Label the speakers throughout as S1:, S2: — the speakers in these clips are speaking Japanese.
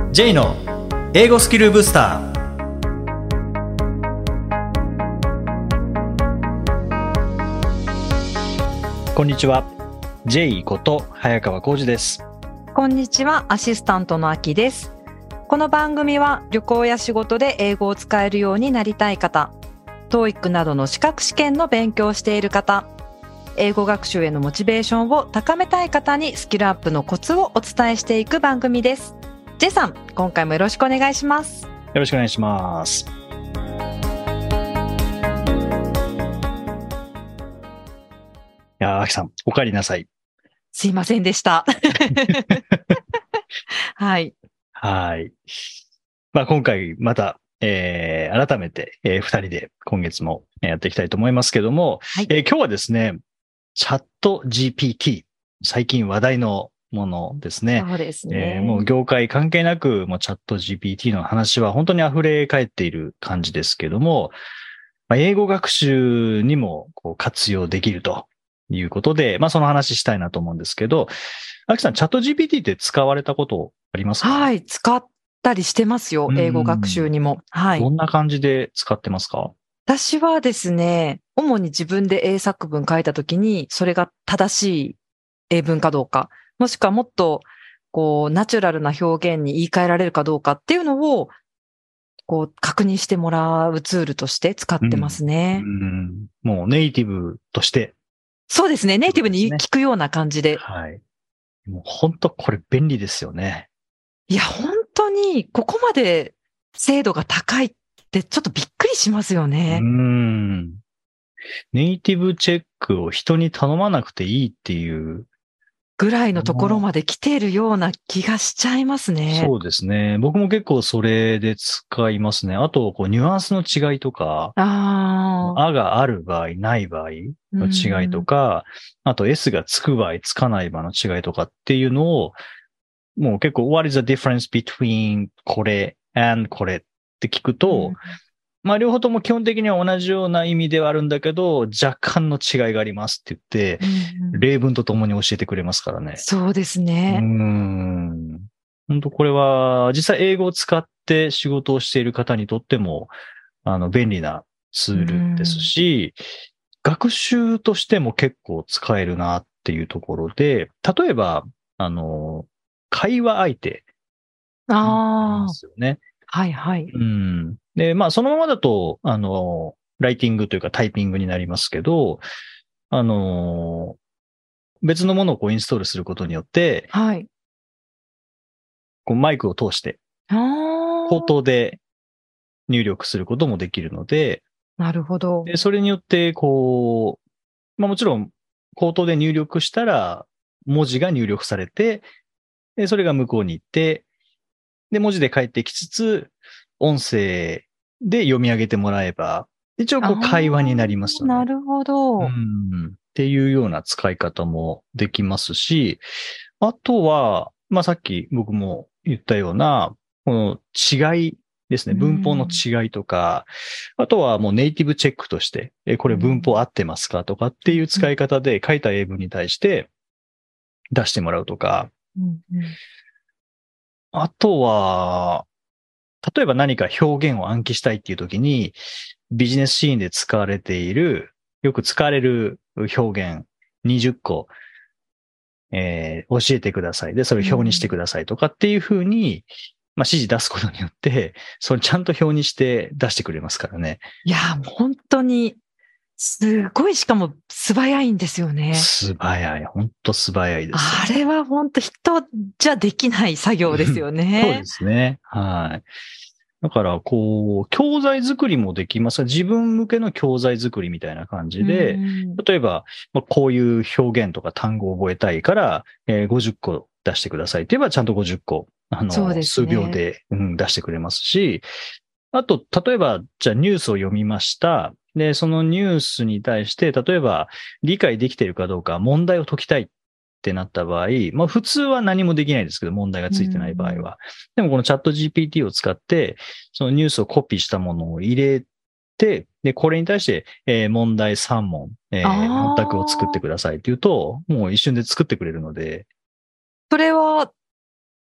S1: J の英語スキルブスター。こんにちは、 J こと早川浩二です。
S2: こんにちは、アシスタントのあきです。この番組は旅行や仕事で英語を使えるようになりたい方、TOEIC などの資格試験の勉強をしている方、英語学習へのモチベーションを高めたい方にスキルアップのコツをお伝えしていく番組です。J さん、今回もよろしくお願いします。
S1: よろしくお願いします。いやー、あきさん、お帰りなさい。
S2: すいませんでしたはい。
S1: はい。今回また、改めて、2人で今月もやっていきたいと思いますけども、
S2: はい。
S1: 今日はですね、チャット GPT、最近話題のものですね。
S2: そうですね。
S1: もう業界関係なく、もうチャット GPT の話は本当に溢れ返っている感じですけども、英語学習にもこう活用できるということで、その話したいなと思うんですけど、あきさん、チャット GPT って使われたことありますか？
S2: はい、使ったりしてますよ、英語学習にも。はい。
S1: どんな感じで使ってますか？
S2: 私はですね、主に自分で英作文書いたときに、それが正しい英文かどうか、もしくはもっとナチュラルな表現に言い換えられるかどうかっていうのを確認してもらうツールとして使ってますね。
S1: もうネイティブとして。
S2: そうですね。ネイティブに聞くような感じで。
S1: はい。もう本当これ便利ですよね。
S2: いや、本当にここまで精度が高いってちょっとびっくりしますよね。
S1: ネイティブチェックを人に頼まなくていいっていう
S2: ぐらいのところまで来ているような気がしちゃいますね。
S1: そうですね。僕も結構それで使いますね。あと、ニュアンスの違いとか、あがある場合、ない場合の違いとか、あと S がつく場合、つかない場合の違いとかっていうのを、もう結構 What is the difference between これ and これって聞くと、両方とも基本的には同じような意味ではあるんだけど、若干の違いがありますって言って、例文とともに教えてくれますからね。
S2: そうですね。
S1: 本当これは、実際英語を使って仕事をしている方にとっても、便利なツールですし、学習としても結構使えるなっていうところで、例えば、会話相手。ですよね。
S2: はいはい。
S1: で、そのままだと、ライティングというかタイピングになりますけど、別のものをインストールすることによって、
S2: はい。
S1: マイクを通して、口頭で入力することもできるので、
S2: なるほど。
S1: でそれによって、もちろん、口頭で入力したら、文字が入力されて、でそれが向こうに行って、で、文字で返ってきつつ、音声で読み上げてもらえば、一応会話になりますよね。
S2: なるほど。
S1: っていうような使い方もできますし、あとは、さっき僕も言ったような、この違いですね。文法の違いとか、あとはもうネイティブチェックとして、これ文法合ってますかとかっていう使い方で書いた英文に対して出してもらうとか、あとは、例えば何か表現を暗記したいっていう時に、ビジネスシーンで使われている、よく使われる表現20個、教えてください。で、それを表にしてくださいとかっていうふうに、指示出すことによって、それちゃんと表にして出してくれますからね。
S2: いや、本当に、すごい、しかも素早いんですよね。
S1: 素早い。本当素早いです、
S2: あれは本当人じゃできない作業ですよね。
S1: そうですね。はい。だから、教材作りもできます。自分向けの教材作りみたいな感じで、例えば、こういう表現とか単語を覚えたいから、50個出してくださいって言えば、ちゃんと50個、数秒で、出してくれますし、あと、例えば、じゃあニュースを読みました。で、そのニュースに対して、例えば、理解できているかどうか問題を解きたいってなった場合、普通は何もできないですけど、問題がついてない場合は。でもこのチャット GPT を使って、そのニュースをコピーしたものを入れて、で、これに対して、問題3問、問択を作ってくださいって言うと、もう一瞬で作ってくれるので。
S2: それは、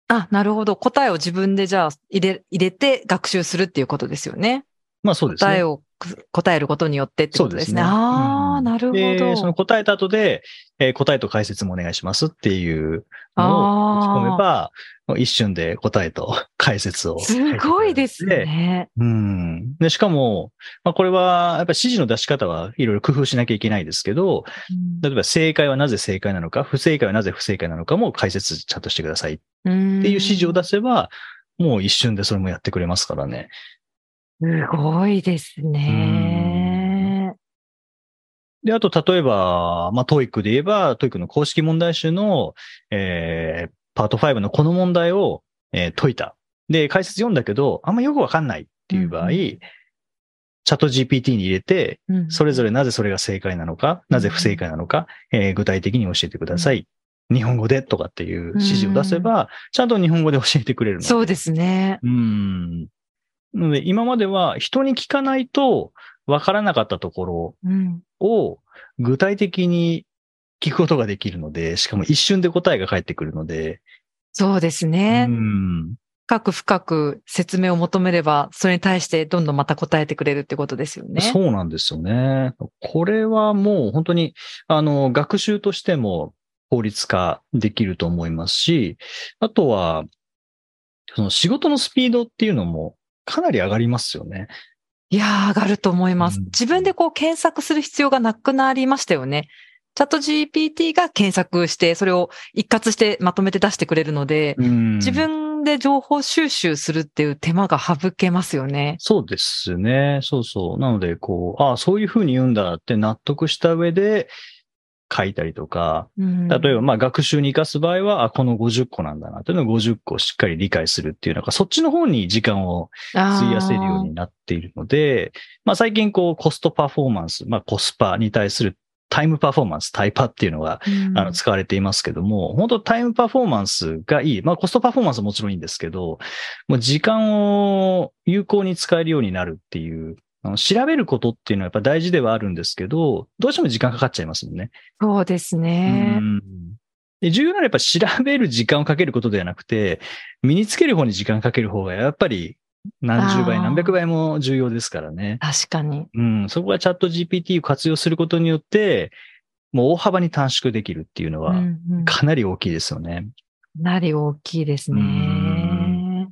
S2: あ、なるほど。答えを自分でじゃあ入れて学習するっていうことですよね。
S1: まあそうですね。
S2: 答えを答えることによってってことですね。
S1: そうですね。
S2: ああ、なるほど。
S1: で、その答えた後で、答えと解説もお願いしますっていうのを打ち込めば、一瞬で答えと解説を書いてくれるので。
S2: すごいですね。
S1: で、しかも、まあこれは、やっぱり指示の出し方はいろいろ工夫しなきゃいけないですけど、例えば正解はなぜ正解なのか、不正解はなぜ不正解なのかも解説ちゃんとしてくださいっていう指示を出せば、もう一瞬でそれもやってくれますからね。
S2: すごいですね。
S1: で、あと、例えば、まあ、TOEIC で言えば、TOEIC の公式問題集の、パート5のこの問題を、解いた。で、解説読んだけど、あんまよくわかんないっていう場合、チャット GPT に入れて、それぞれなぜそれが正解なのか、なぜ不正解なのか、具体的に教えてください。日本語でとかっていう指示を出せば、ちゃんと日本語で教えてくれるので。
S2: そうですね。
S1: なので、今までは人に聞かないと分からなかったところを具体的に聞くことができるので、しかも一瞬で答えが返ってくるので。
S2: そうですね。深く説明を求めれば、それに対してどんどんまた答えてくれるってことですよね。
S1: そうなんですよね。これはもう本当に、学習としても効率化できると思いますし、あとは、その仕事のスピードっていうのもかなり上がりますよね。
S2: いやー、上がると思います。自分でこう検索する必要がなくなりましたよね。チャット GPT が検索して、それを一括してまとめて出してくれるので、自分で情報収集するっていう手間が省けますよね。
S1: そうですね。そうそう。なので、そういうふうに言うんだって納得した上で書いたりとか、例えばまあ学習に活かす場合は、この50個なんだなというのを50個しっかり理解するっていう、なんかそっちの方に時間を費やせるようになっているので、まあ最近コストパフォーマンス、まあコスパに対するタイムパフォーマンス、タイパっていうのが、使われていますけども、本当タイムパフォーマンスがいい。まあコストパフォーマンスはもちろんいいんですけど、もう時間を有効に使えるようになるっていう、調べることっていうのはやっぱ大事ではあるんですけど、どうしても時間かかっちゃいますもんね。
S2: そうですね。
S1: で、重要なのはやっぱ調べる時間をかけることではなくて、身につける方に時間かける方がやっぱり何十倍、何百倍も重要ですからね。
S2: 確かに。
S1: そこはチャット GPT を活用することによって、もう大幅に短縮できるっていうのはかなり大きいですよね。
S2: かなり大きいですね。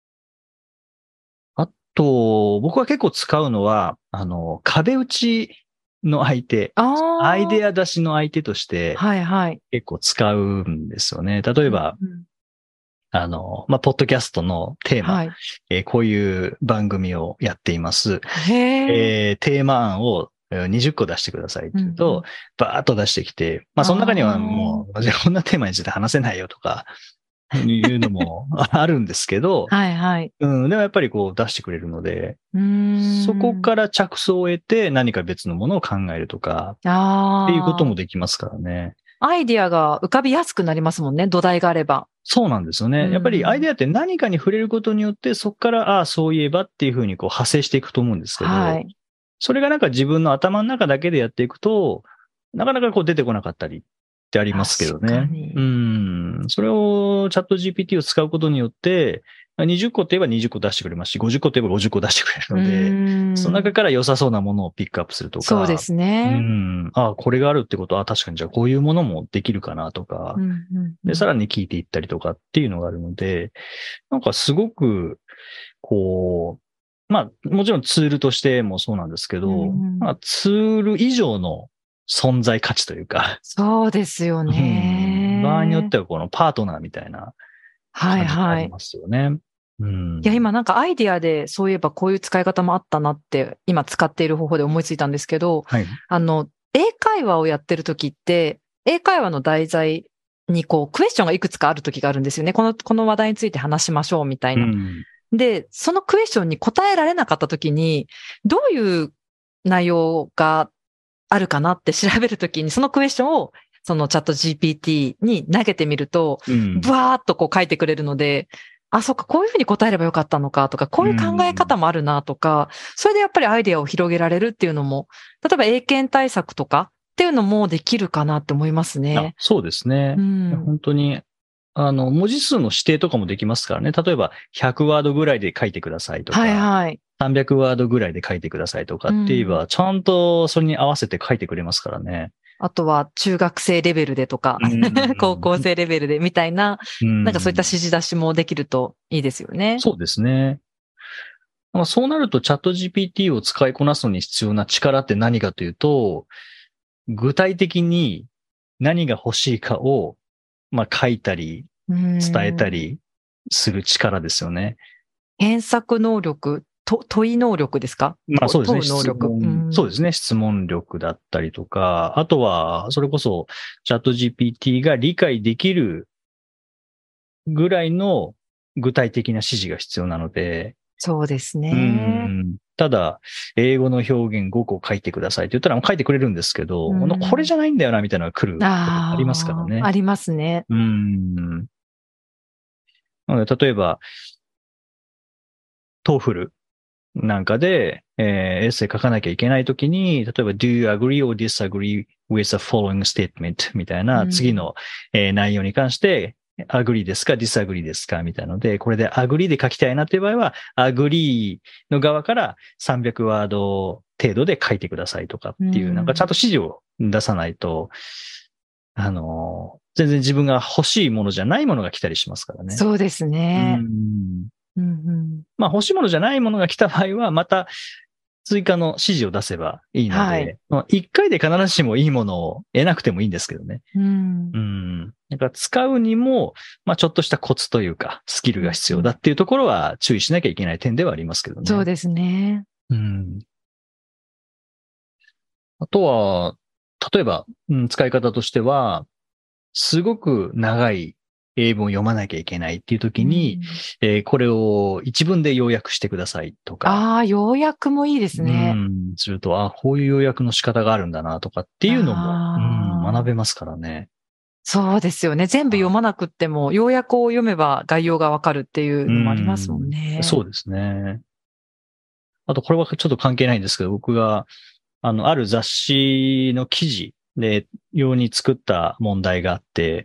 S1: あと、僕は結構使うのは、壁打ちの相手、アイデア出しの相手として、結構使うんですよね。例えば、まあ、ポッドキャストのテーマ、こういう番組をやっています。テーマ案を20個出してくださいって言うと、バーッと出してきて、まあ、その中にはもう、こんなテーマについて話せないよとか、いうのもあるんですけど、でもやっぱり出してくれるので、そこから着想を得て何か別のものを考えるとか、っていうこともできますからね。
S2: アイディアが浮かびやすくなりますもんね、土台があれば。
S1: そうなんですよね。やっぱりアイデアって何かに触れることによって、そこから、そういえばっていうふうに派生していくと思うんですけど、それがなんか自分の頭の中だけでやっていくと、なかなか出てこなかったりってありますけどね。それをチャット GPT を使うことによって、20個って言えば20個出してくれますし、50個って言えば50個出してくれるので、その中から良さそうなものをピックアップするとか。
S2: そうですね。
S1: これがあるってことは、確かにじゃあこういうものもできるかなとか、で、さらに聞いていったりとかっていうのがあるので、なんかすごく、まあ、もちろんツールとしてもそうなんですけど、まあ、ツール以上の存在価値というか。
S2: そうですよね。
S1: 場合によってはパートナーみたいな感じがありますよね。
S2: いや、今なんかアイディアでそういえばこういう使い方もあったなって今使っている方法で思いついたんですけど、英会話をやってる時って、英会話の題材にクエスチョンがいくつかある時があるんですよね。この話題について話しましょうみたいな。で、そのクエスチョンに答えられなかった時に、どういう内容があるかなって調べるときに、そのクエスチョンをそのチャット GPT に投げてみると、ブワーっと書いてくれるので、そっか、こういうふうに答えればよかったのかとか、こういう考え方もあるなとか、それでやっぱりアイデアを広げられるっていうのも、例えば英検対策とかっていうのもできるかなって思いますね。
S1: そうですね。本当に、 文字数の指定とかもできますからね。例えば、100ワードぐらいで書いてくださいとか、
S2: はいはい。
S1: 300ワードぐらいで書いてくださいとかって言えば、ちゃんとそれに合わせて書いてくれますからね。
S2: あとは中学生レベルでとか、高校生レベルでみたいな、なんかそういった指示出しもできるといいですよね。
S1: そうですね。そうなるとチャット GPT を使いこなすのに必要な力って何かというと、具体的に何が欲しいかを、書いたり、伝えたりする力ですよね。
S2: 検索能力、問い能力ですか？
S1: そうですね。
S2: 問う能力。
S1: そうですね。質問力だったりとか、あとは、それこそ、チャット GPT が理解できるぐらいの具体的な指示が必要なので。
S2: そうですね。
S1: ただ、英語の表現5個書いてくださいって言ったら書いてくれるんですけど、これじゃないんだよな、みたいなのが来ることありますからね。
S2: ありますね。
S1: なので、例えば、トーフルなんかで、エッセイ書かなきゃいけないときに、例えば Do you agree or disagree with the following statement? みたいな次の、内容に関して、agree ですか disagree ですかみたいなので、これで agree で書きたいなという場合は、agree の側から300ワード程度で書いてくださいとかっていう、なんかちゃんと指示を出さないと、全然自分が欲しいものじゃないものが来たりしますからね。
S2: そうですね。
S1: 欲しいものじゃないものが来た場合は、また追加の指示を出せばいいので、一回で必ずしもいいものを得なくてもいいんですけどね。だから使うにも、ちょっとしたコツというか、スキルが必要だっていうところは注意しなきゃいけない点ではありますけどね。
S2: そうですね。
S1: あとは、例えば、使い方としては、すごく長い英文を読まなきゃいけないっていう時に、これを一文で要約してくださいとか。
S2: 要約もいいですね。
S1: すると、こういう要約の仕方があるんだなとかっていうのも、学べますからね。
S2: そうですよね。全部読まなくっても、要約を読めば概要がわかるっていうのもありますもんね。
S1: そうですね。あと、これはちょっと関係ないんですけど、僕が、ある雑誌の記事で、用に作った問題があって、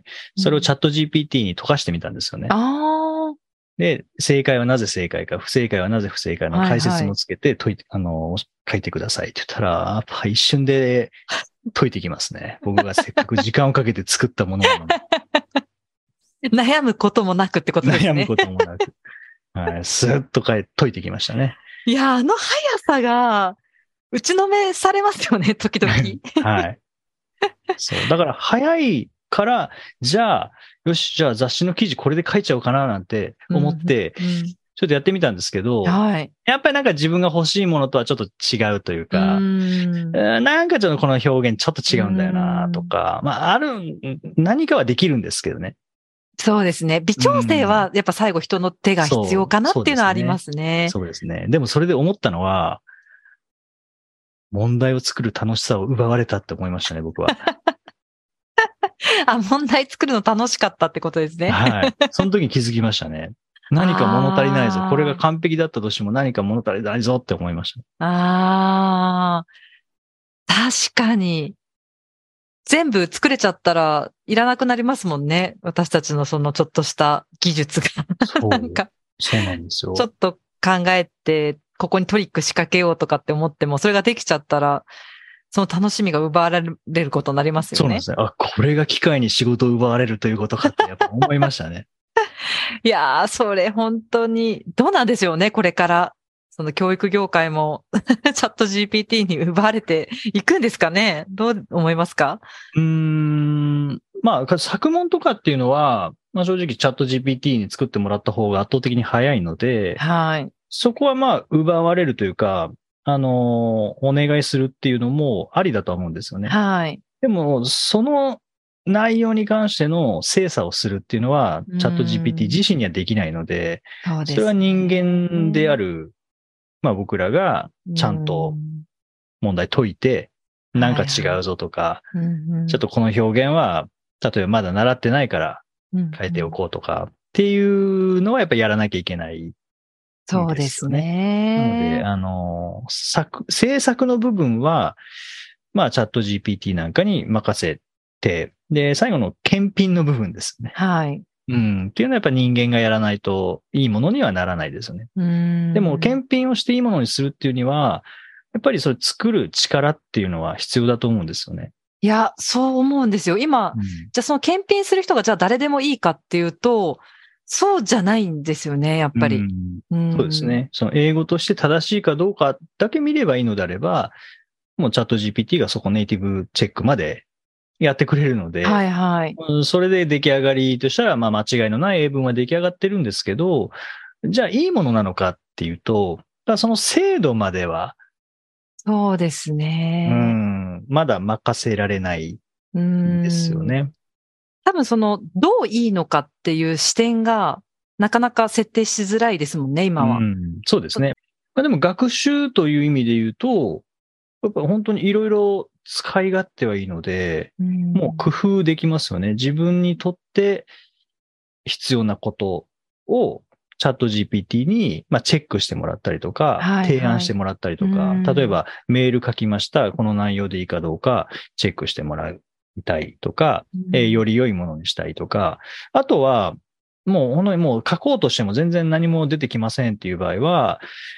S1: それをチャット GPT に解かしてみたんですよね。で、正解はなぜ正解か、不正解はなぜ不正解の解説もつけて書いてくださいって言ったら、やっぱ一瞬で解いてきますね。僕がせっかく時間をかけて作ったものなのに。
S2: 悩むこともなくってことですね。
S1: 悩むこともなく。はい、スーッと解いてきましたね。
S2: いや、速さが、打ちのめされますよね、時々。
S1: はい。そう。だから早いから、じゃあ雑誌の記事これで書いちゃおうかななんて思って、ちょっとやってみたんですけど、やっぱりなんか自分が欲しいものとはちょっと違うというか、なんかちょっとこの表現ちょっと違うんだよなとか、何かはできるんですけどね。
S2: そうですね。微調整はやっぱ最後人の手が必要かなっていうのはありますね。
S1: そうですね。でもそれで思ったのは、問題を作る楽しさを奪われたって思いましたね、僕は。
S2: 問題作るの楽しかったってことですね。
S1: はい。その時に気づきましたね。何か物足りないぞ。これが完璧だったとしても何か物足りないぞって思いました。
S2: 確かに。全部作れちゃったらいらなくなりますもんね。私たちのそのちょっとした技術が。
S1: そうなんですよ。
S2: ちょっと考えて、ここにトリック仕掛けようとかって思っても、それができちゃったら、その楽しみが奪われることになりますよね。
S1: そうなんですね。これが機械に仕事を奪われるということかってやっぱ思いましたね。
S2: いやー、それ本当に、どうなんでしょうね、これから。その教育業界もチャット GPT に奪われていくんですかね？どう思いますか？
S1: 作問とかっていうのは、正直チャット GPT に作ってもらった方が圧倒的に早いので、そこは奪われるというか、お願いするっていうのもありだとは思うんですよね。でも、その内容に関しての精査をするっていうのは、チャット GPT 自身にはできないので、それは人間である、僕らがちゃんと問題解いて、なんか違うぞとか、ちょっとこの表現は、例えばまだ習ってないから変えておこうとかっていうのはやっぱりやらなきゃいけない。
S2: そうですね。
S1: なので、制作の部分は、チャット GPT なんかに任せて、で、最後の検品の部分ですね。 っていうのはやっぱ人間がやらないといいものにはならないですよね。でも、検品をしていいものにするっていうには、やっぱりそれ作る力っていうのは必要だと思うんですよね。
S2: いや、そう思うんですよ。今、じゃあその検品する人がじゃあ誰でもいいかっていうと、そうじゃないんですよね、やっぱり。
S1: そうですね。その英語として正しいかどうかだけ見ればいいのであれば、もうチャット GPT がそこネイティブチェックまでやってくれるので、
S2: はいはい。
S1: それで出来上がりとしたら、まあ間違いのない英文は出来上がってるんですけど、じゃあいいものなのかっていうと、その精度までは、
S2: そうですね。
S1: まだ任せられないですよね。
S2: 多分どういいのかっていう視点が、なかなか設定しづらいですもんね、今は。
S1: そうですね。でも学習という意味で言うと、やっぱ本当にいろいろ使い勝手はいいので、もう工夫できますよね。自分にとって必要なことをチャット GPT にチェックしてもらったりとか、提案してもらったりとか、例えばメール書きました、この内容でいいかどうかチェックしてもらいたいとか、より良いものにしたいとか、あとは、もう本当にもう書こうとしても全然何も出てきませんっていう場合は、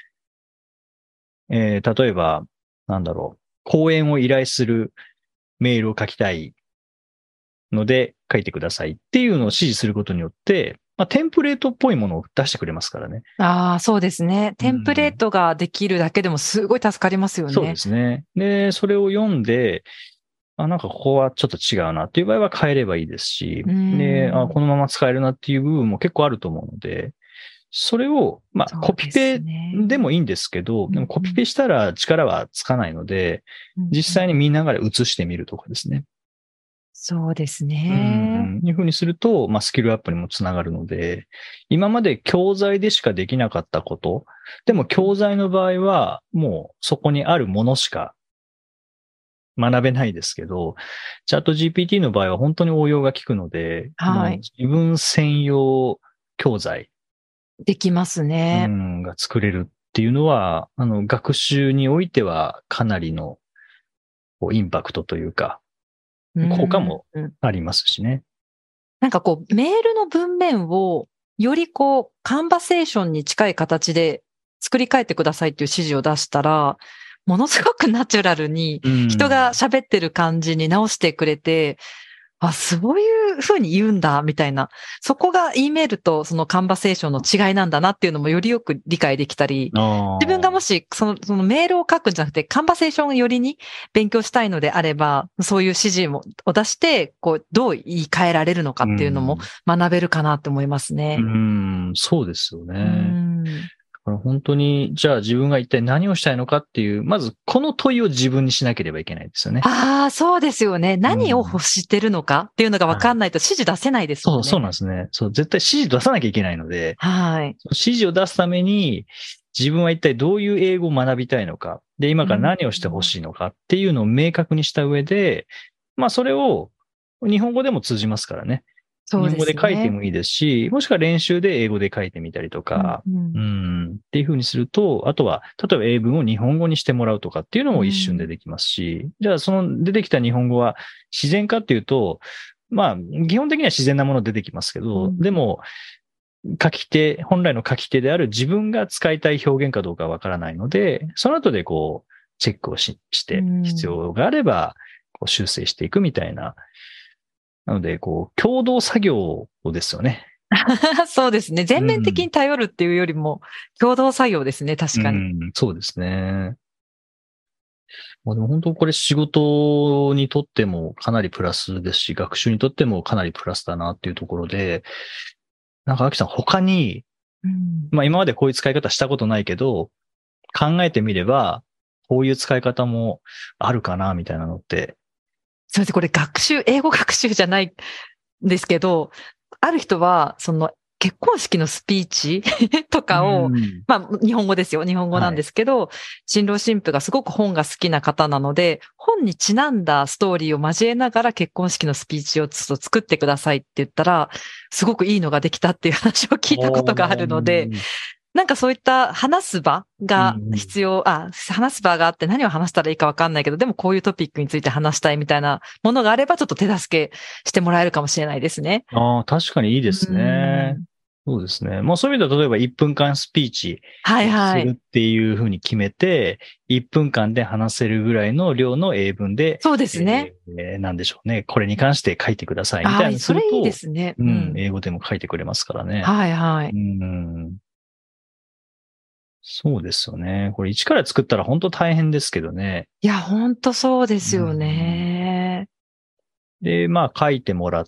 S1: 例えば、講演を依頼するメールを書きたいので書いてくださいっていうのを指示することによって、テンプレートっぽいものを出してくれますからね。
S2: ああ、そうですね。テンプレートができるだけでもすごい助かりますよね。
S1: そうですね。で、それを読んで、ここはちょっと違うなっていう場合は変えればいいですし、で、このまま使えるなっていう部分も結構あると思うので、それを、コピペでもいいんですけど、でもコピペしたら力はつかないので、実際に見ながら写してみるとかですね。
S2: そうですね。
S1: いうふうにすると、スキルアップにもつながるので、今まで教材でしかできなかったこと、でも教材の場合は、もうそこにあるものしか学べないですけど、チャット GPT の場合は本当に応用が効くので、自分専用教材
S2: できますね。
S1: が作れるっていうのは、学習においてはかなりのインパクトというか、効果もありますしね。
S2: メールの文面をよりカンバセーションに近い形で作り変えてくださいっていう指示を出したら、ものすごくナチュラルに人が喋ってる感じに直してくれて、そういう風に言うんだ、みたいな。そこが E メールとそのカンバセーションの違いなんだなっていうのもよりよく理解できたり、自分がもしそのメールを書くんじゃなくてカンバセーション寄りに勉強したいのであれば、そういう指示を出して、どう言い換えられるのかっていうのも学べるかなって思いますね。
S1: そうですよね。本当に、じゃあ自分が一体何をしたいのかっていう、まずこの問いを自分にしなければいけないですよね。
S2: そうですよね。何を欲してるのかっていうのが分かんないと指示出せないですもんね。
S1: そうなんですね。絶対指示出さなきゃいけないので、指示を出すために自分は一体どういう英語を学びたいのか、で、今から何をしてほしいのかっていうのを明確にした上で、それを日本語でも通じますからね。日本語で書いてもいいですし、もしくは練習で英語で書いてみたりとか、っていう風にすると、あとは、例えば英文を日本語にしてもらうとかっていうのも一瞬でできますし、じゃあその出てきた日本語は自然かっていうと、基本的には自然なもの出てきますけど、でも、本来の書き手である自分が使いたい表現かどうかわからないので、その後でチェックをして、必要があれば、修正していくみたいな、なので、共同作業ですよね。
S2: そうですね。全面的に頼るっていうよりも、共同作業ですね、確かに。
S1: そうですね。でも本当これ仕事にとってもかなりプラスですし、学習にとってもかなりプラスだなっていうところで、アキさん他に、今までこういう使い方したことないけど、考えてみれば、こういう使い方もあるかな、みたいなのって、
S2: そうです。これ英語学習じゃないんですけど、ある人は、結婚式のスピーチとかを、日本語ですよ。日本語なんですけど、新郎新婦がすごく本が好きな方なので、本にちなんだストーリーを交えながら結婚式のスピーチをちょっと作ってくださいって言ったら、すごくいいのができたっていう話を聞いたことがあるので、 なんかそういった話す場が必要、話す場があって何を話したらいいか分かんないけど、でもこういうトピックについて話したいみたいなものがあれば、ちょっと手助けしてもらえるかもしれないですね。
S1: 確かにいいですね。そうですね。もうそういう意味では、例えば1分間スピーチするっていうふうに決めて、1分間で話せるぐらいの量の英文で、
S2: そうですね。
S1: なんでしょうね。これに関して書いてくださいみたいなのすると、
S2: それいいですね。
S1: 英語でも書いてくれますからね。
S2: はいはい。
S1: そうですよね。これ一から作ったら本当大変ですけどね。
S2: いや、本当そうですよね。
S1: で、書いてもらって、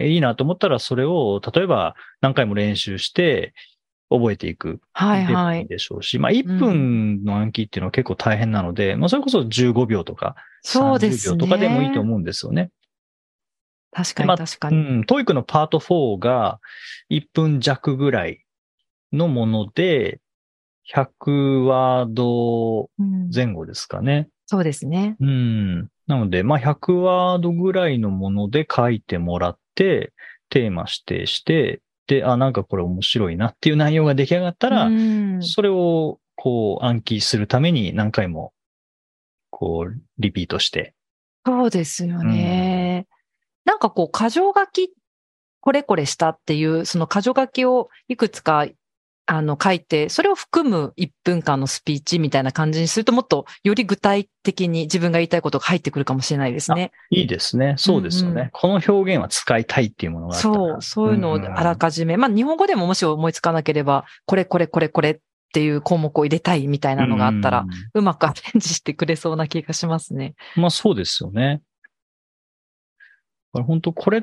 S1: いいなと思ったらそれを、例えば何回も練習して覚えていく。
S2: はいはい。
S1: いいでしょうし、1分の暗記っていうのは結構大変なので、それこそ15秒とか、30秒とかでもいいと思うんですよね。
S2: 確かに確かに。
S1: TOEIC のパート4が1分弱ぐらいのもので、100ワード前後ですかね。
S2: そうですね。
S1: なので、100ワードぐらいのもので書いてもらって、テーマ指定して、で、なんかこれ面白いなっていう内容が出来上がったら、それを暗記するために何回も、リピートして。
S2: そうですよね。なんか箇条書き、これこれしたっていう、その箇条書きをいくつか書いて、それを含む1分間のスピーチみたいな感じにすると、もっとより具体的に自分が言いたいことが入ってくるかもしれないですね。
S1: いいですね。そうですよね。この表現は使いたいっていうものがあったら。
S2: そういうのをあらかじめ、日本語でももし思いつかなければ、これっていう項目を入れたいみたいなのがあったら、うまくアレンジしてくれそうな気がしますね。
S1: そうですよね。本当これって、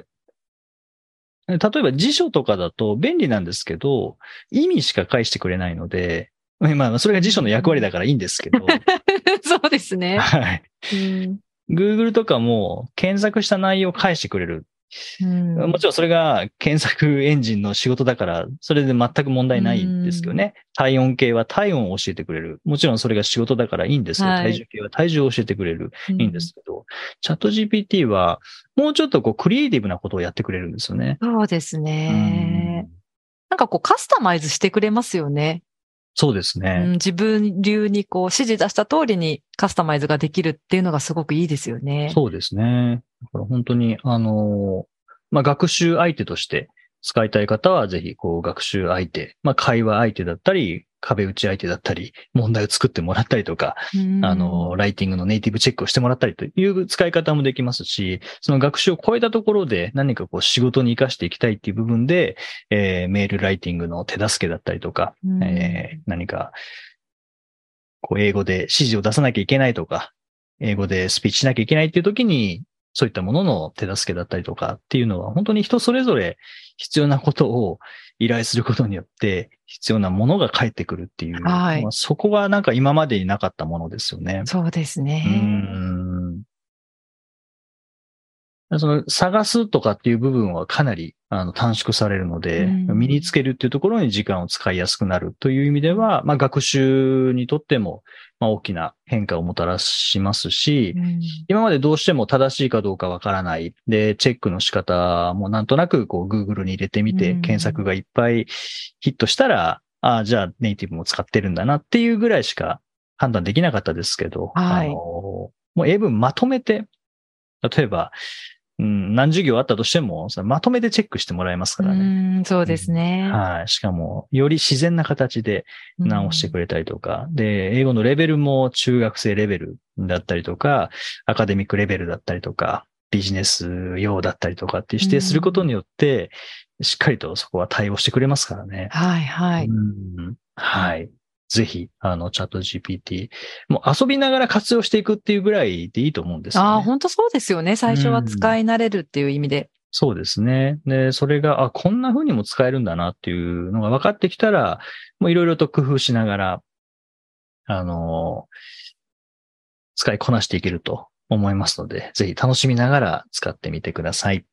S1: 例えば辞書とかだと便利なんですけど、意味しか返してくれないので、それが辞書の役割だからいいんですけど。
S2: そうですね。
S1: はい。Google とかも検索した内容を返してくれる。もちろんそれが検索エンジンの仕事だから、それで全く問題ないんですけどね。体温計は体温を教えてくれる。もちろんそれが仕事だからいいんですよ。体重計は体重を教えてくれる。いいんですけど、チャット GPT はもうちょっとクリエイティブなことをやってくれるんですよね。
S2: そうですね。なんかカスタマイズしてくれますよね。
S1: そうですね。
S2: 自分流に指示出した通りにカスタマイズができるっていうのがすごくいいですよね。
S1: そうですね。だから本当に、学習相手として使いたい方はぜひ、学習相手、会話相手だったり、壁打ち相手だったり、問題を作ってもらったりとか、ライティングのネイティブチェックをしてもらったりという使い方もできますし、その学習を超えたところで何か仕事に活かしていきたいっていう部分で、メールライティングの手助けだったりとか、何か、英語で指示を出さなきゃいけないとか、英語でスピーチしなきゃいけないっていう時に、そういったものの手助けだったりとかっていうのは本当に人それぞれ必要なことを依頼することによって必要なものが返ってくるっていう。そこはなんか今までになかったものですよね。
S2: そうですね。
S1: その探すとかっていう部分はかなり短縮されるので、身につけるっていうところに時間を使いやすくなるという意味では、学習にとっても大きな変化をもたらしますし、今までどうしても正しいかどうかわからない。で、チェックの仕方もなんとなくGoogle に入れてみて、検索がいっぱいヒットしたら、じゃあネイティブも使ってるんだなっていうぐらいしか判断できなかったですけど、もう英文まとめて、例えば、何授業あったとしても、まとめてチェックしてもらえますからね。
S2: そうですね。
S1: しかも、より自然な形で直してくれたりとか、で、英語のレベルも中学生レベルだったりとか、アカデミックレベルだったりとか、ビジネス用だったりとかって指定することによって、しっかりとそこは対応してくれますからね。はい。ぜひ、チャット GPT、もう遊びながら活用していくっていうぐらいでいいと思うんですよね。
S2: 本当そうですよね。最初は使い慣れるっていう意味で。
S1: そうですね。で、それが、こんな風にも使えるんだなっていうのが分かってきたら、もういろいろと工夫しながら、使いこなしていけると思いますので、ぜひ楽しみながら使ってみてください。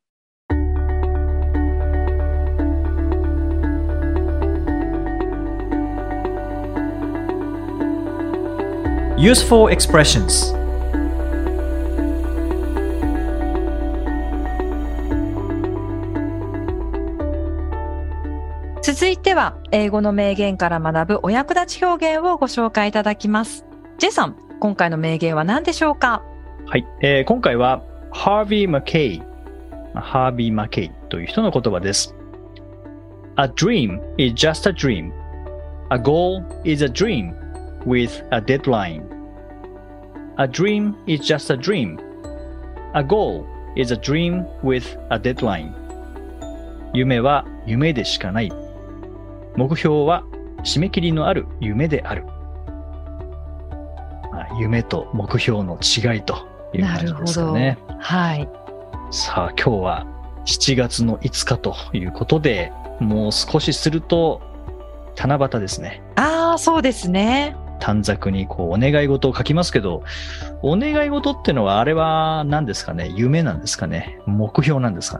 S3: Useful expressions.
S2: 続いては、英語の名言から学ぶお役立ち表現をご紹介いただきます。J さん、今回の名言は何でしょうか？
S1: はい、今回はハービー・マケイという人の言葉です。A dream is just a dream. A goal is a dream with a deadline. A dream is just a dream. A goal is a dream with a deadline. 夢は夢でしかない。目標は締め切りのある夢である。夢と目標の違いという感じですかね。
S2: はい。
S1: さあ今日は7月の5日ということで、もう少しすると七夕ですね。
S2: ああ、そうですね。
S1: 短冊にこうお願い事を書きますけど、お願い事ってのはあれは何ですかね？夢なんですかね？目標なんですかね？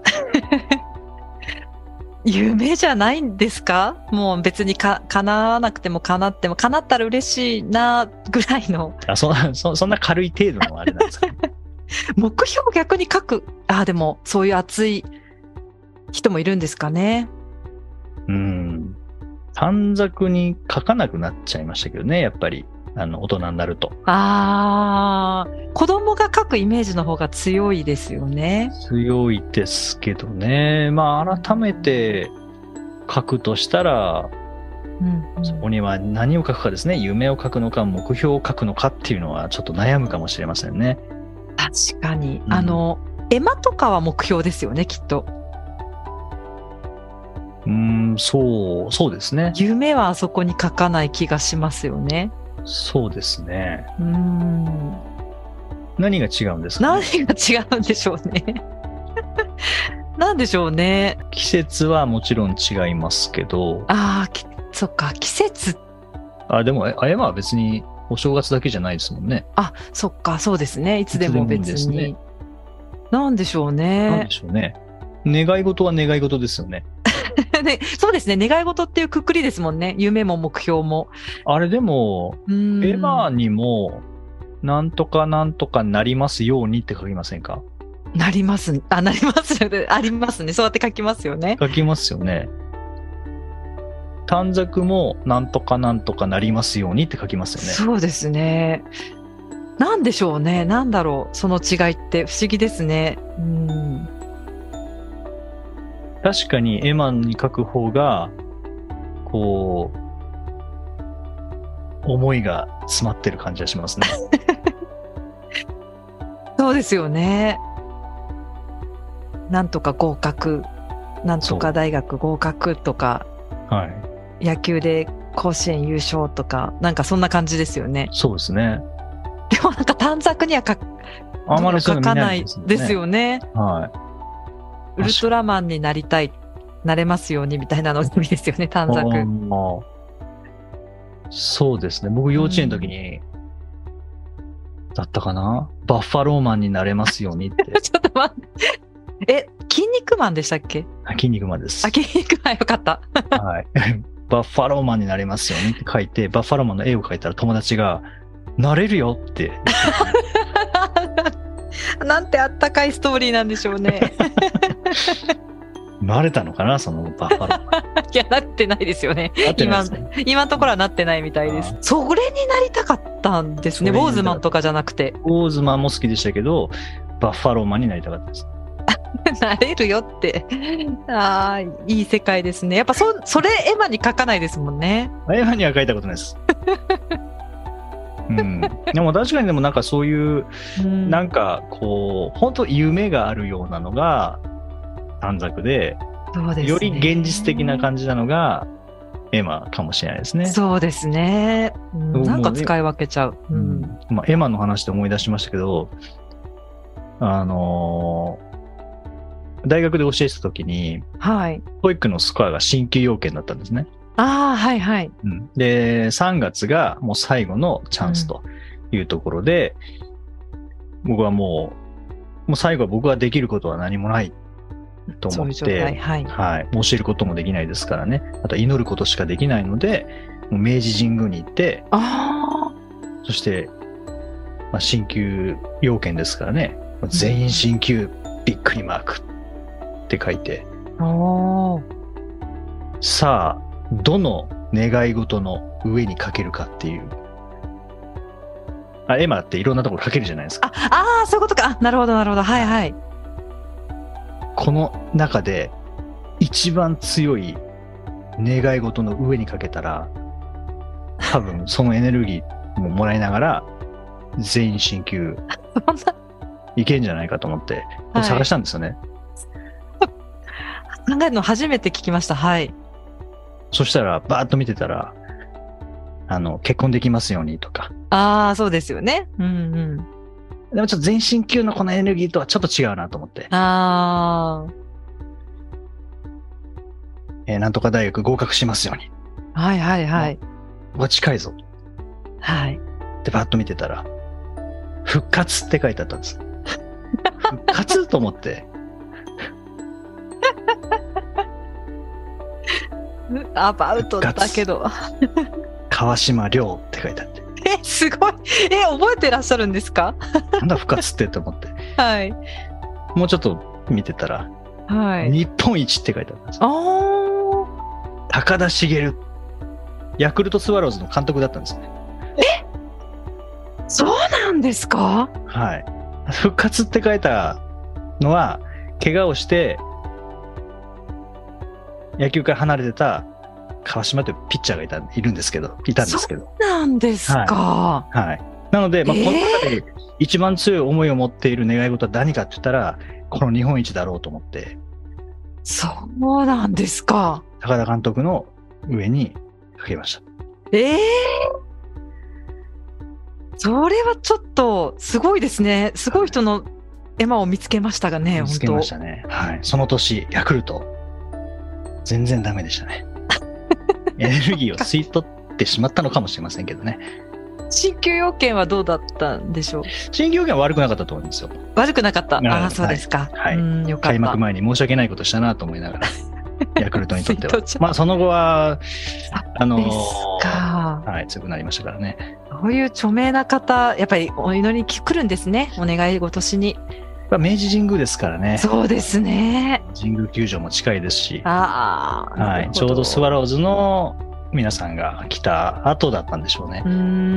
S2: 夢じゃないんですか？もう別に叶わなくても叶っても、叶ったら嬉しいなぐらいの。
S1: そんな軽い程度のあれなんですかね？
S2: 目標を逆に書く。でもそういう熱い人もいるんですかね。
S1: 短冊に書かなくなっちゃいましたけどね、やっぱり大人になると。
S2: 子供が書くイメージの方が強いですよね。
S1: 強いですけどね。改めて書くとしたら、そこには何を書くかですね。夢を書くのか目標を書くのかっていうのはちょっと悩むかもしれませんね。
S2: 確かに。絵馬とかは目標ですよね、きっと。
S1: そうですね。
S2: 夢はあそこに書かない気がしますよね。
S1: そうですね。何が違うんですかね？
S2: 何が違うんでしょうね。なんでしょうね。
S1: 季節はもちろん違いますけど。
S2: そっか、季節。
S1: でも、絵馬は別にお正月だけじゃないですもんね。
S2: そっか、そうですね。いつでも別に。
S1: ですね。
S2: なんでしょうね。
S1: なんでしょうね。願い事は願い事ですよね。
S2: そうですね。願い事っていうくくりですもんね。夢も目標も。
S1: あれでも、絵馬にも、なんとかなんとかなりますようにって書きませんか？
S2: なります。なります。ありますね。そうやって書きますよね。
S1: 書きますよね。短冊も、なんとかなんとかなりますようにって書きますよね。
S2: そうですね。なんでしょうね。なんだろう。その違いって不思議ですね。
S1: 確かに絵馬に書く方が、こう、思いが詰まってる感じがしますね。
S2: そうですよね。なんとか合格、なんとか大学合格とか、野球で甲子園優勝とか、なんかそんな感じですよね。
S1: そうですね。
S2: でもなんか短冊には
S1: あんまり
S2: 書かないですよね。ウルトラマンになりたい、なれますようにみたいなのがいいですよね、短冊。
S1: そうですね。僕幼稚園の時に、だったかな？バッファローマンになれますようにって。
S2: ちょっと待って。筋肉マンでしたっけ？
S1: 筋肉マンです。
S2: 筋肉マンよかった。
S1: はい。バッファローマンになれますようにって書いて、バッファローマンの絵を描いたら友達が、なれるよって。
S2: なんてあったかいストーリーなんでしょうね。
S1: なれたのかな、そのバッファローマン。
S2: いや、なってないですよね。今のところはなってないみたいです。それになりたかったんですね。ウォーズマンとかじゃなくて。
S1: ウォーズマンも好きでしたけど、バッファローマンになりたかったです。
S2: なれるよって。いい世界ですね。やっぱそれ絵馬に書かないですもんね。
S1: 絵馬には書いたことないです。でも確かになんかそういう、なんかこう、本当夢があるようなのが短冊で、より現実的な感じなのが絵馬かもしれないですね。
S2: そうですね。なんか使い分けちゃう。
S1: 絵馬の話で思い出しましたけど、大学で教えてた時に、トイックのスコアが進級要件だったんですね。で、3月がもう最後のチャンスというところで、僕はもう最後は僕ができることは何もないと思って、教えることもできないですからね。あと祈ることしかできないので、もう明治神宮に行って、そして、進級要件ですからね、全員進級びっくりマークって書いて、 さあ、どの願い事の上にかけるかっていう。絵馬っていろんなところかけるじゃないですか。
S2: そういうことか。なるほど、なるほど。はいはい。
S1: この中で一番強い願い事の上にかけたら、多分そのエネルギーももらいながら、全員進級いけんじゃないかと思って、探したんですよね。
S2: 考えるの初めて聞きました。はい。
S1: そしたら、バーッと見てたら、結婚できますようにとか。
S2: そうですよね。うんうん。
S1: でもちょっと全身級のこのエネルギーとはちょっと違うなと思って。なんとか大学合格しますように。
S2: はいはいはい。
S1: 近いぞ。
S2: はい。
S1: で、バーッと見てたら、復活って書いてあったんです。復活と思って。
S2: アバウトだけど。
S1: 川島亮って書いてあって。
S2: すごい。覚えてらっしゃるんですか？
S1: なんだ復活って思って。
S2: はい。
S1: もうちょっと見てたら、
S2: はい。
S1: 日本一って書いてあったんです。高田茂。ヤクルトスワローズの監督だったんですね。
S2: そうなんですか？
S1: はい。復活って書いたのは、怪我をして、野球から離れてた川島というピッチャーがいたんですけど。
S2: そうなんですか。
S1: はい。なので、この中で一番強い思いを持っている願い事は何かって言ったら、この日本一だろうと思って。
S2: そうなんですか。
S1: 高田監督の上にかけました。
S2: それはちょっとすごいですね。すごい人の絵馬を見つけましたがね、
S1: 見つけましたね。はい。その年、ヤクルト、全然ダメでしたね。エネルギーを吸い取ってしまったのかもしれませんけどね。
S2: 進級要件はどうだったんでしょう？
S1: 進級要件は悪くなかったと思うんですよ。
S2: 悪くなかった。そうですか。
S1: はい。
S2: よかった。
S1: 開幕前に申し訳ないことしたなと思いながら、ヤクルトにとっては。その後は、はい、強くなりましたからね。
S2: こういう著名な方、やっぱりお祈りに来るんですね。お願い事しに。
S1: 明治神宮ですからね。
S2: そうですね。
S1: 神宮球場も近いですし。
S2: はい。
S1: ちょうどスワローズの皆さんが来た後だったんでしょうね。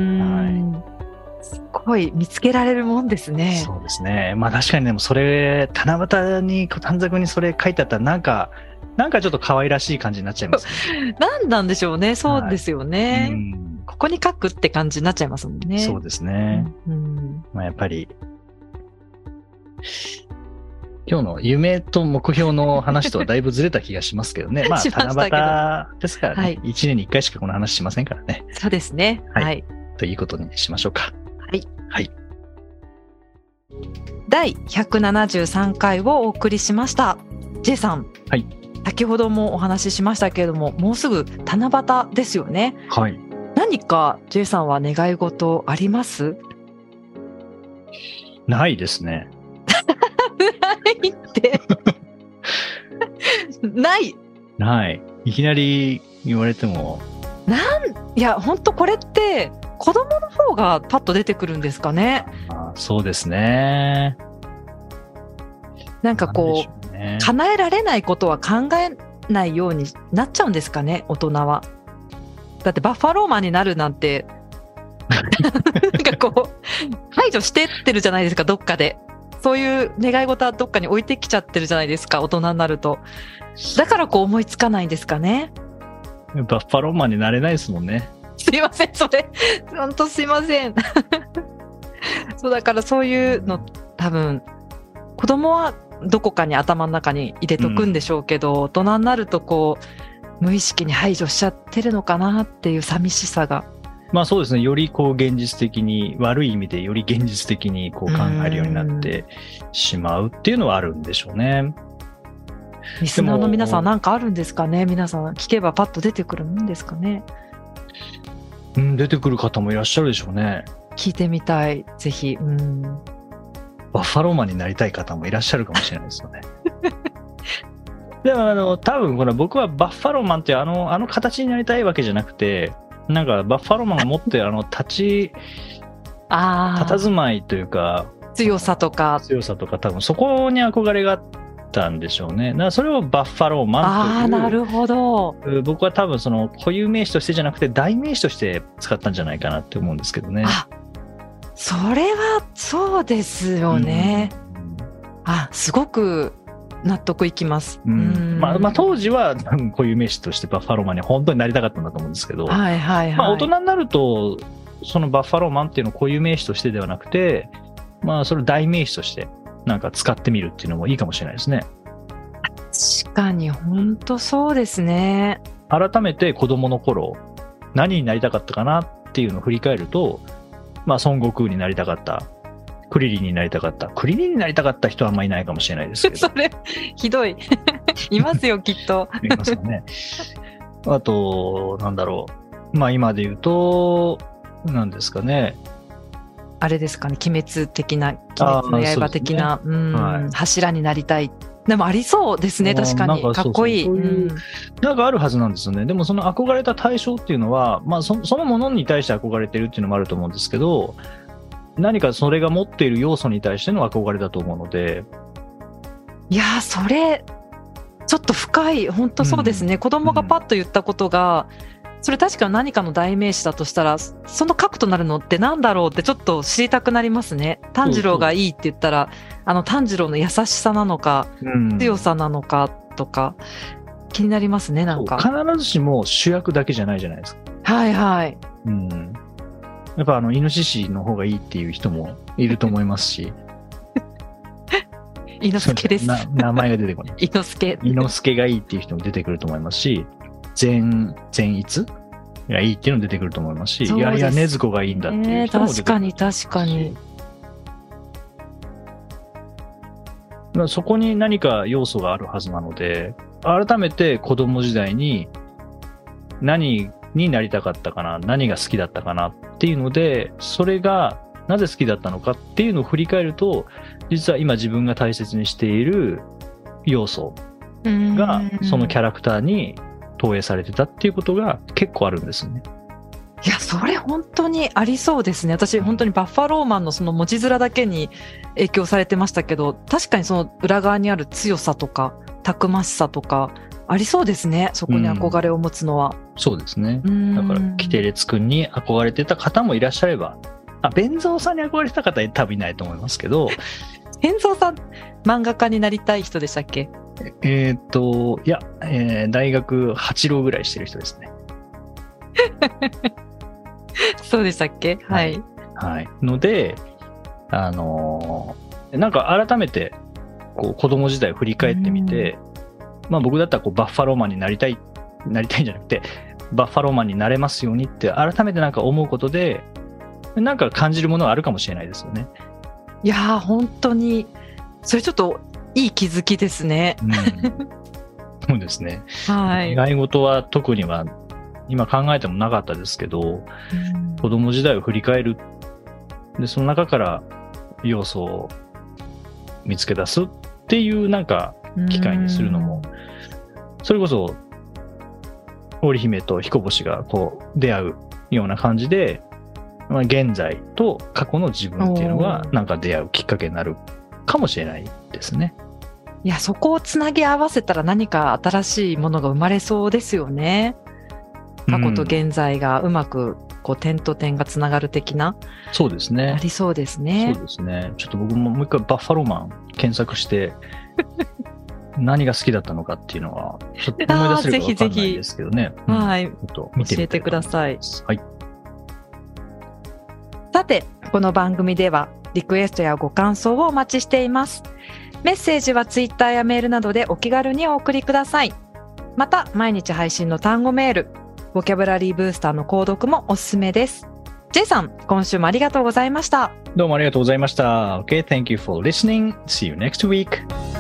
S2: すごい見つけられるもんですね。
S1: そうですね。確かにでもそれ、七夕に、短冊にそれ書いてあったらなんかちょっと可愛らしい感じになっちゃいますね。
S2: 何なんでしょうね。そうですよね。ここに書くって感じになっちゃいますもんね。
S1: そうですね。やっぱり、今日の夢と目標の話とはだいぶずれた気がしますけどね。七夕ですからね。1年に1回しかこの話しませんからね。
S2: そうですね。はい。
S1: ということにしましょうか。
S2: はい。
S1: はい。
S2: 第173回をお送りしました。J さん。
S1: はい。
S2: 先ほどもお話ししましたけれども、もうすぐ七夕ですよね。
S1: はい。
S2: 何か J さんは願い事あります？
S1: ないですね。
S2: ないってない。
S1: いきなり言われても。
S2: いや、本当これって子供の方がパッと出てくるんですかね。
S1: そうですね。
S2: なんかこう、叶えられないことは考えないようになっちゃうんですかね、大人は。だってバッファローマンになるなんてなんかこう排除してってるじゃないですか、どっかで。そういう願い事はどっかに置いてきちゃってるじゃないですか、大人になると。だからこう思いつかないんですかね。
S1: バッファローマンになれないですもんね。
S2: すいません、それ本当すいませんそうだからそういうの多分子供はどこかに頭の中に入れとくんでしょうけど、大人になるとこう無意識に排除しちゃってるのかなっていう寂しさが。
S1: そうですね。よりこう現実的に、悪い意味でより現実的にこう考えるようになってしまうっていうのはあるんでしょうね。
S2: リスナーの皆さん何かあるんですかね。皆さん聞けばパッと出てくるもんですかね。
S1: 出てくる方もいらっしゃるでしょうね。
S2: 聞いてみたい、ぜひ。
S1: バッファローマンになりたい方もいらっしゃるかもしれないですよね。でも多分僕はバッファローマンってあの形になりたいわけじゃなくて、なんかバッファローマンが持って佇まいというか
S2: 強さとか
S1: 多分そこに憧れがたんでしょうね。だからそれをバッファローマンという。
S2: なるほど。
S1: 僕は多分その固有名詞としてじゃなくて代名詞として使ったんじゃないかなって思うんですけどね。
S2: それはそうですよね。すごく納得いきます。
S1: 当時は固有名詞としてバッファローマンに本当になりたかったんだと思うんですけど、大人になるとそのバッファローマンっていうのを固有名詞としてではなくて、それを代名詞としてなんか使ってみるっていうのもいいかもしれないですね。
S2: 確かに本当そうですね。
S1: 改めて子供の頃何になりたかったかなっていうのを振り返ると、孫悟空になりたかった、クリリンになりたかった。クリリンになりたかった人はあんまりいないかもしれないですけど。
S2: それひどいいますよきっと。
S1: いますよね。あとなんだろう、今で言うと何ですかね、
S2: あれですかね、鬼滅的な、鬼滅の刃的な、柱になりたい。でもありそうですね、確かに。かっこいい。
S1: なんかあるはずなんですよね。でもその憧れた対象っていうのは、そのものに対して憧れてるっていうのもあると思うんですけど、何かそれが持っている要素に対しての憧れだと思うので。
S2: いやー、それちょっと深い。本当そうですね。子供がパッと言ったことが、それ確か何かの代名詞だとしたら、その核となるのってなんだろうってちょっと知りたくなりますね。炭治郎がいいって言ったら、炭治郎の優しさなのか、強さなのかとか気になりますね。なんか
S1: 必ずしも主役だけじゃないじゃないですか。
S2: はいはい。
S1: やっぱイノシシの方がいいっていう人もいると思いますし。
S2: 伊之助です。
S1: 名前が出てこない。
S2: 伊之助。
S1: 伊之助がいいっていう人も出てくると思いますし、善逸がいいっていうのも出てくると思いますし、いや禰豆子がいいんだっていう人も出てくる。
S2: 確かに。
S1: そこに何か要素があるはずなので、改めて子供時代に何になりたかったかな、何が好きだったかなっていうので、それがなぜ好きだったのかっていうのを振り返ると、実は今自分が大切にしている要素がそのキャラクターに投影されてたっていうことが結構あるんですね。
S2: いや、それ本当にありそうですね。私本当にバッファローマンのその文字面だけに影響されてましたけど、確かにその裏側にある強さとかたくましさとかありそうですね。そこに憧れを持つのは。
S1: そうですね。だからキテレツくんに憧れてた方もいらっしゃれば、弁蔵さんに憧れてた方は多分いないと思いますけど。
S2: 弁蔵さん漫画家になりたい人でしたっけ？
S1: いや、大学8浪ぐらいしてる人ですね。
S2: そうでしたっけ？はい。
S1: はい。ので、なんか改めてこう子供時代を振り返ってみて、僕だったらバッファローマンになりたいんじゃなくて、バッファローマンになれますようにって改めてなんか思うことで、なんか感じるものはあるかもしれないですよね。
S2: いやー、本当にそれちょっといい気づきですね。
S1: そうですね。
S2: はい。
S1: 願い事は特には今考えてもなかったですけど、子供時代を振り返る。で、その中から要素を見つけ出すっていうなんか機会にするのも、それこそ織姫と彦星がこう出会うような感じで、現在と過去の自分っていうのがなんか出会うきっかけになるかもしれないですね。
S2: いや、そこをつなぎ合わせたら何か新しいものが生まれそうですよね。過去と現在がうまくこう点と点がつながる的な。
S1: そうですね。
S2: ありそうですね。
S1: そうですね。ちょっと僕ももう一回バッファローマン検索して何が好きだったのかっていうのはちょっと思い出せるか分かんないですけどね。
S2: はい。
S1: ちょっと見てみ
S2: 教えてください。
S1: はい。
S2: さて、この番組ではリクエストやご感想をお待ちしています。メッセージはツイッターやメールなどでお気軽にお送りください。また、毎日配信の単語メール、ボキャブラリーブースターの購読もおすすめです。J さん、今週もありがとうございました。
S1: どうもありがとうございました。Okay, thank you for listening. See you next week.